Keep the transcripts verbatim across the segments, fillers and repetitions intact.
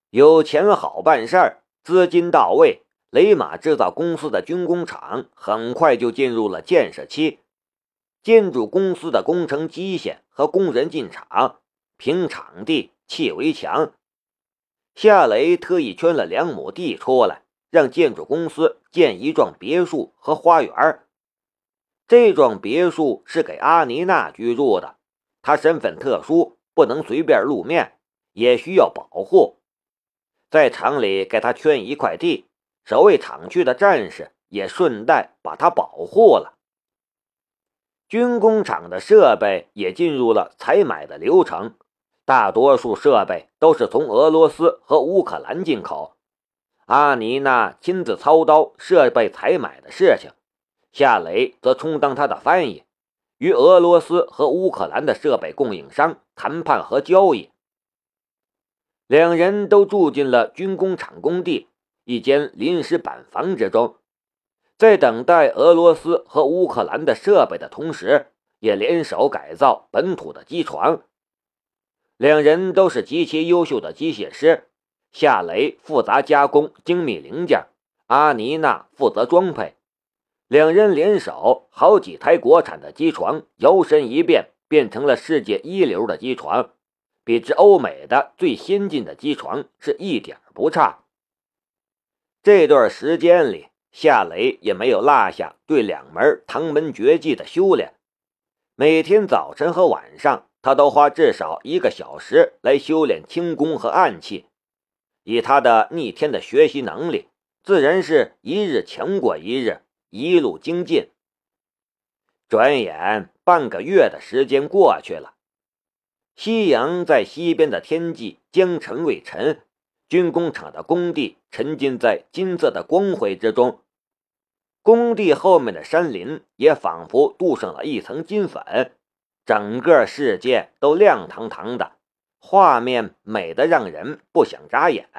有钱好办事儿，资金到位，雷马制造公司的军工厂很快就进入了建设期。建筑公司的工程机械和工人进场，平场地、砌围墙。夏雷特意圈了两亩地出来，让建筑公司建一幢别墅和花园。这幢别墅是给阿妮娜居住的，她身份特殊，不能随便露面，也需要保护。在厂里给她圈一块地，守卫厂区的战士也顺带把她保护了。军工厂的设备也进入了采买的流程，大多数设备都是从俄罗斯和乌克兰进口。阿妮娜亲自操刀设备采买的事情，夏雷则充当他的翻译，与俄罗斯和乌克兰的设备供应商谈判和交易。两人都住进了军工厂工地一间临时板房之中，在等待俄罗斯和乌克兰的设备的同时，也联手改造本土的机床。两人都是极其优秀的机械师，夏雷复杂加工精密零件，阿妮娜负责装配。两人联手，好几台国产的机床摇身一变，变成了世界一流的机床，比之欧美的最先进的机床是一点不差。这段时间里，夏雷也没有落下对两门唐门绝技的修炼，每天早晨和晚上，他都花至少一个小时来修炼轻功和暗器。以他的逆天的学习能力，自然是一日强过一日，一路精进。转眼半个月的时间过去了，夕阳在西边的天际将沉未沉，军工厂的工地沉浸在金色的光辉之中，工地后面的山林也仿佛镀上了一层金粉，整个世界都亮堂堂的，画面美得让人不想眨眼。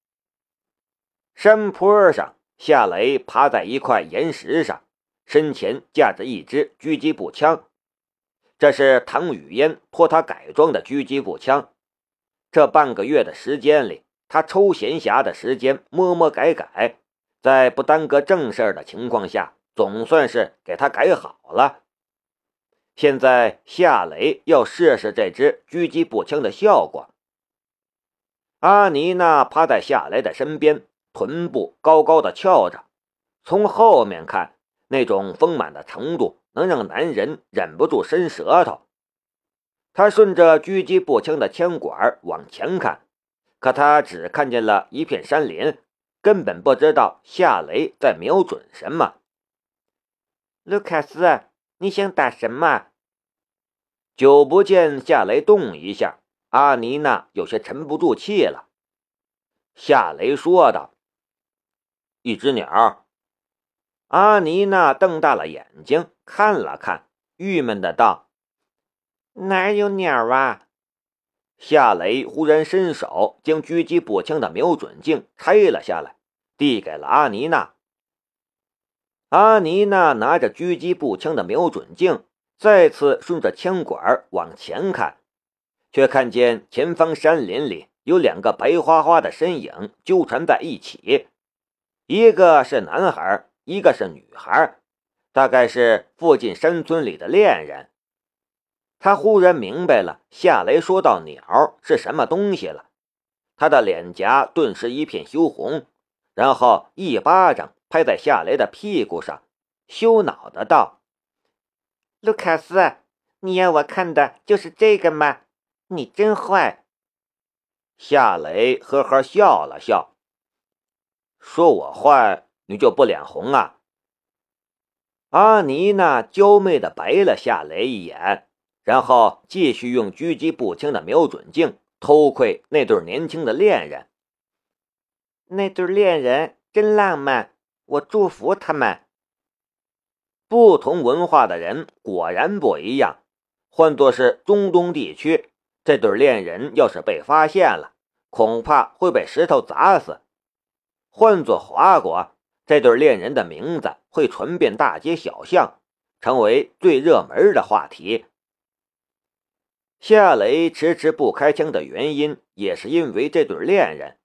山坡上，夏雷趴在一块岩石上，身前架着一支狙击步枪，这是唐雨嫣托他改装的狙击步枪。这半个月的时间里，他抽闲暇的时间摸摸改改，在不耽搁正事的情况下，总算是给他改好了。现在夏雷要试试这支狙击步枪的效果。阿妮娜趴在夏雷的身边，臀部高高的翘着，从后面看，那种丰满的程度能让男人忍不住伸舌头。他顺着狙击步枪的枪管往前看，可他只看见了一片山林，根本不知道夏雷在瞄准什么。卢卡斯，你想打什么？久不见夏雷动一下，阿妮娜有些沉不住气了。夏雷说道：一只鸟。阿妮娜瞪大了眼睛看了看，郁闷的道：哪有鸟啊？夏雷忽然伸手将狙击步枪的瞄准镜拆了下来，递给了阿妮娜。阿妮娜拿着狙击步枪的瞄准镜，再次顺着枪管往前看，却看见前方山林里有两个白花花的身影纠缠在一起，一个是男孩，一个是女孩，大概是附近山村里的恋人。他忽然明白了夏雷说到鸟是什么东西了，他的脸颊顿时一片羞红，然后一巴掌拍在夏雷的屁股上，羞恼的道：卢卡斯，你要我看的就是这个吗？你真坏。夏雷呵呵笑了笑，说我坏你就不脸红啊？阿妮娜娇媚的白了夏雷一眼，然后继续用狙击步枪的瞄准镜偷窥那对年轻的恋人。那对恋人真浪漫，我祝福他们。不同文化的人果然不一样，换作是中东地区，这对恋人要是被发现了，恐怕会被石头砸死。换作华国，这对恋人的名字会传遍大街小巷，成为最热门的话题。夏雷迟迟不开枪的原因，也是因为这对恋人。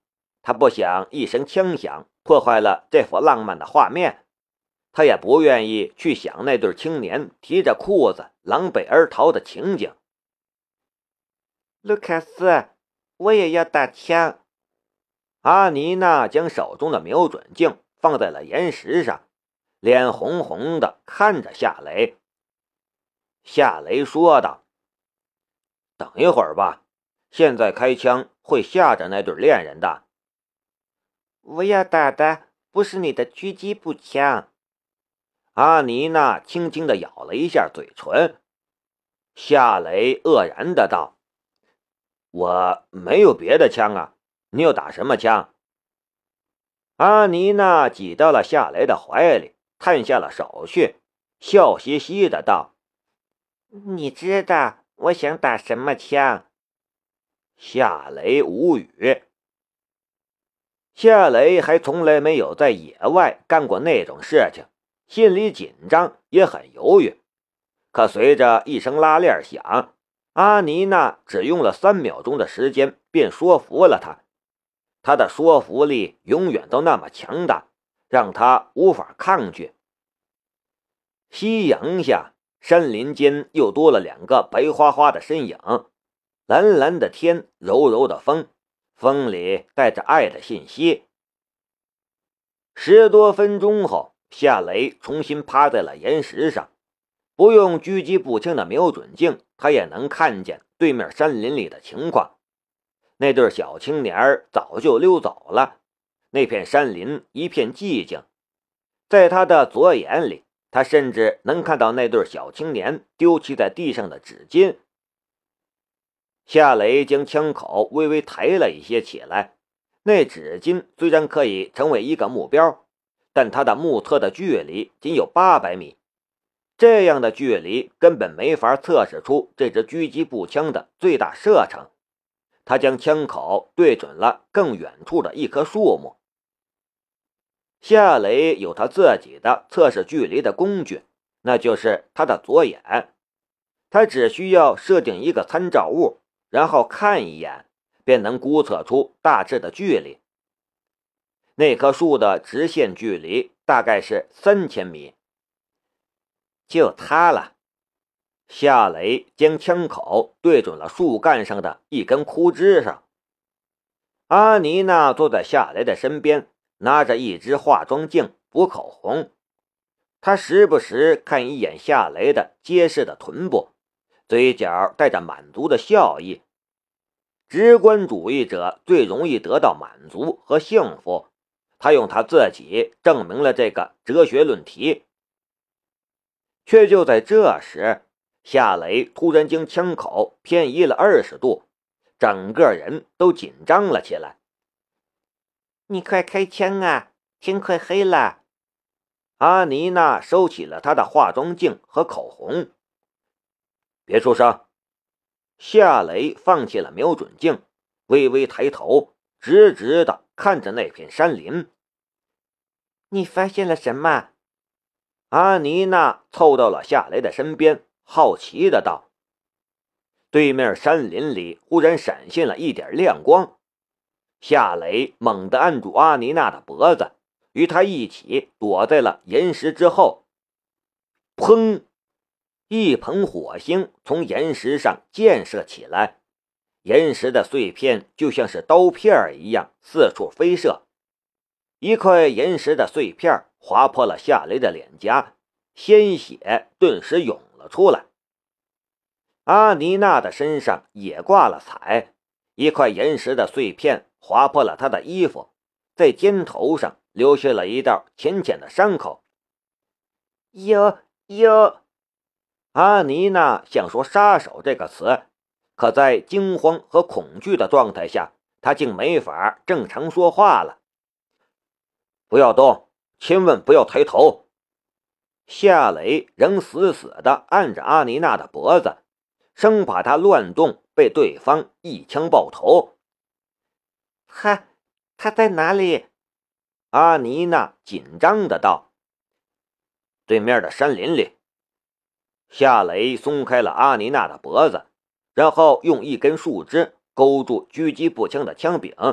他不想一声枪响破坏了这幅浪漫的画面，他也不愿意去想那对青年提着裤子狼狈而逃的情景。 卢卡斯，我也要打枪。 阿妮娜将手中的瞄准镜放在了岩石上，脸红红的看着夏雷。夏雷说道：“等一会儿吧，现在开枪会吓着那对恋人的。” 我要打的不是你的狙击步枪。 阿妮娜轻轻地咬了一下嘴唇。夏雷愕然的道：“我没有别的枪啊，你要打什么枪？”阿妮娜挤到了夏雷的怀里，探下了手去，笑嘻嘻的道：“ 你知道我想打什么枪？” 夏雷无语。夏雷还从来没有在野外干过那种事情，心里紧张也很犹豫。可随着一声拉链响，阿妮娜只用了三秒钟的时间便说服了他。他的说服力永远都那么强大，让他无法抗拒。夕阳下，山林间又多了两个白花花的身影，蓝蓝的天，柔柔的风，风里带着爱的信息。十多分钟后，夏雷重新趴在了岩石上，不用狙击步枪的瞄准镜，他也能看见对面山林里的情况。那对小青年早就溜走了，那片山林一片寂静。在他的左眼里，他甚至能看到那对小青年丢弃在地上的纸巾。夏雷将枪口微微抬了一些起来，那纸巾虽然可以成为一个目标，但它的目测的距离仅有八百米，这样的距离根本没法测试出这支狙击步枪的最大射程。他将枪口对准了更远处的一棵树木。夏雷有他自己的测试距离的工具，那就是他的左眼。他只需要设定一个参照物，然后看一眼，便能估测出大致的距离。那棵树的直线距离大概是三千米。就它了。夏雷将枪口对准了树干上的一根枯枝上。阿妮娜坐在夏雷的身边，拿着一支化妆镜补口红。她时不时看一眼夏雷的结实的臀部，嘴角带着满足的笑意。直观主义者最容易得到满足和幸福，他用他自己证明了这个哲学论题。却就在这时，夏雷突然将枪口偏移了二十度，整个人都紧张了起来。 你快开枪啊，天快黑了。 阿妮娜收起了她的化妆镜和口红。别出声。夏雷放弃了瞄准镜，微微抬头，直直地看着那片山林。 你发现了什么？ 阿妮娜凑到了夏雷的身边，好奇的道。对面山林里忽然闪现了一点亮光，夏雷猛地按住阿妮娜的脖子，与她一起躲在了岩石之后。砰！一盆火星从岩石上溅射起来，岩石的碎片就像是刀片一样四处飞射。一块岩石的碎片划破了夏雷的脸颊，鲜血顿时涌了出来。阿妮娜的身上也挂了彩，一块岩石的碎片划破了她的衣服，在肩头上留下了一道浅浅的伤口。 有有阿妮娜想说杀手这个词，可在惊慌和恐惧的状态下，她竟没法正常说话了。不要动，千万不要抬头。夏雷仍死死地按着阿妮娜的脖子，生怕她乱动被对方一枪爆头。 他他在哪里？ 阿妮娜紧张的道。对面的山林里。夏雷松开了阿妮娜的脖子，然后用一根树枝勾住狙击步枪的枪柄，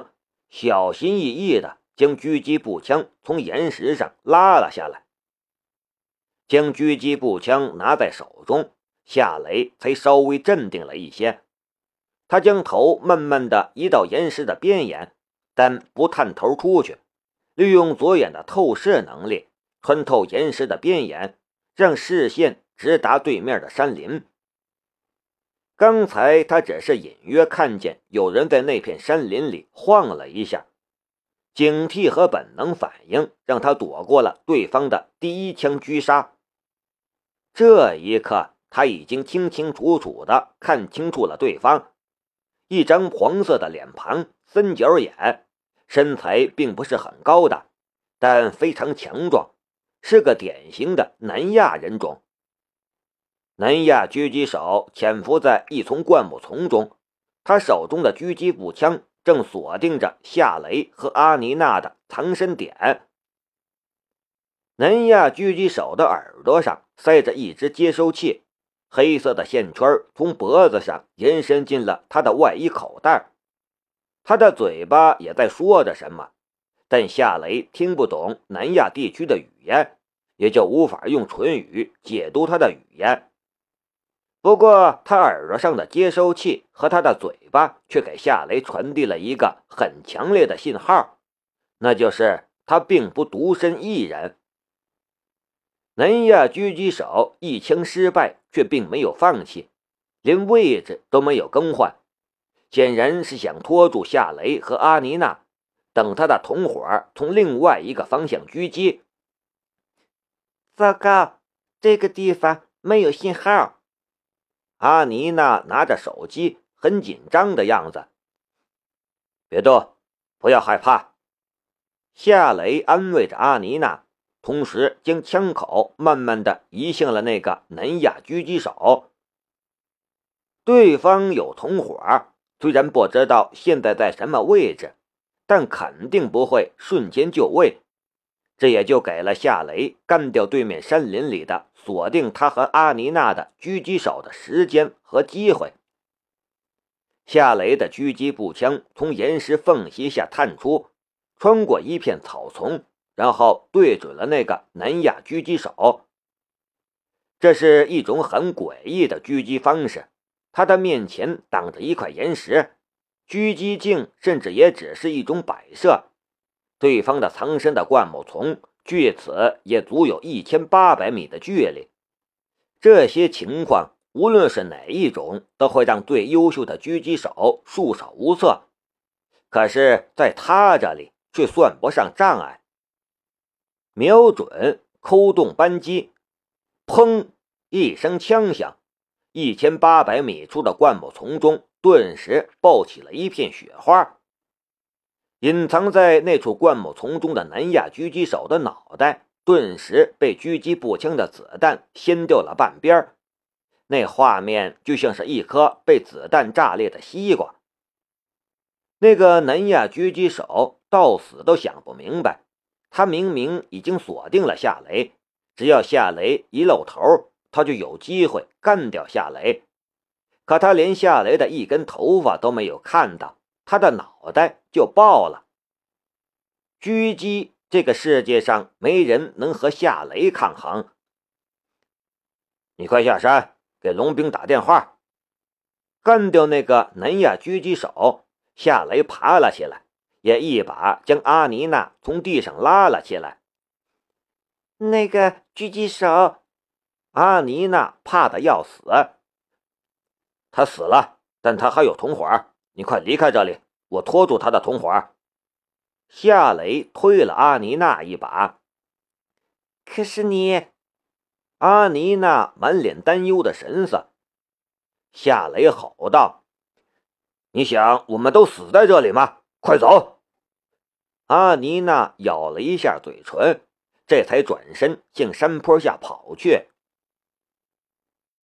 小心翼翼地将狙击步枪从岩石上拉了下来。将狙击步枪拿在手中，夏雷才稍微镇定了一些。他将头慢慢地移到岩石的边沿，但不探头出去，利用左眼的透视能力穿透岩石的边沿，让视线直达对面的山林。刚才他只是隐约看见有人在那片山林里晃了一下，警惕和本能反应让他躲过了对方的第一枪狙杀。这一刻，他已经清清楚楚地看清楚了对方，一张黄色的脸庞，三角眼，身材并不是很高的，但非常强壮，是个典型的南亚人种。南亚狙击手潜伏在一丛灌木丛中，他手中的狙击步枪正锁定着夏雷和阿妮娜的藏身点。南亚狙击手的耳朵上塞着一只接收器，黑色的线圈从脖子上延伸进了他的外衣口袋。他的嘴巴也在说着什么，但夏雷听不懂南亚地区的语言，也就无法用唇语解读他的语言。不过他耳朵上的接收器和他的嘴巴却给夏雷传递了一个很强烈的信号，那就是他并不独身一人。南亚狙击手一枪失败，却并没有放弃，连位置都没有更换，显然是想拖住夏雷和阿妮娜，等他的同伙从另外一个方向狙击。 糟糕，这个地方没有信号。 阿妮娜拿着手机，很紧张的样子。别动，不要害怕。夏雷安慰着阿妮娜，同时将枪口慢慢的移向了那个南亚狙击手。对方有同伙，虽然不知道现在在什么位置，但肯定不会瞬间就位，这也就给了夏雷干掉对面山林里的锁定他和阿妮娜的狙击手的时间和机会。夏雷的狙击步枪从岩石缝隙下探出，穿过一片草丛，然后对准了那个南亚狙击手。这是一种很诡异的狙击方式，他的面前挡着一块岩石，狙击镜甚至也只是一种摆设。对方的藏身的灌木丛距此也足有一千八百米的距离。这些情况无论是哪一种，都会让最优秀的狙击手束手无策，可是在他这里却算不上障碍。瞄准，扣动扳机，砰一声枪响，一千八百米处的灌木丛中顿时爆起了一片雪花。隐藏在那处灌木丛中的南亚狙击手的脑袋顿时被狙击步枪的子弹掀掉了半边，那画面就像是一颗被子弹炸裂的西瓜。那个南亚狙击手到死都想不明白，他明明已经锁定了夏雷，只要夏雷一露头，他就有机会干掉夏雷。可他连夏雷的一根头发都没有看到，他的脑袋就爆了。狙击，这个世界上没人能和夏雷抗衡。你快下山，给龙兵打电话。干掉那个南亚狙击手，夏雷爬了起来，也一把将阿妮娜从地上拉了起来。 那个狙击手， 阿妮娜怕得要死。他死了，但他还有同伙，你快离开这里，我拖住他的同伙。夏雷推了阿妮娜一把。 可是你…… 阿妮娜满脸担忧的神色。夏雷吼道：你想我们都死在这里吗？快走！阿妮娜咬了一下嘴唇，这才转身向山坡下跑去。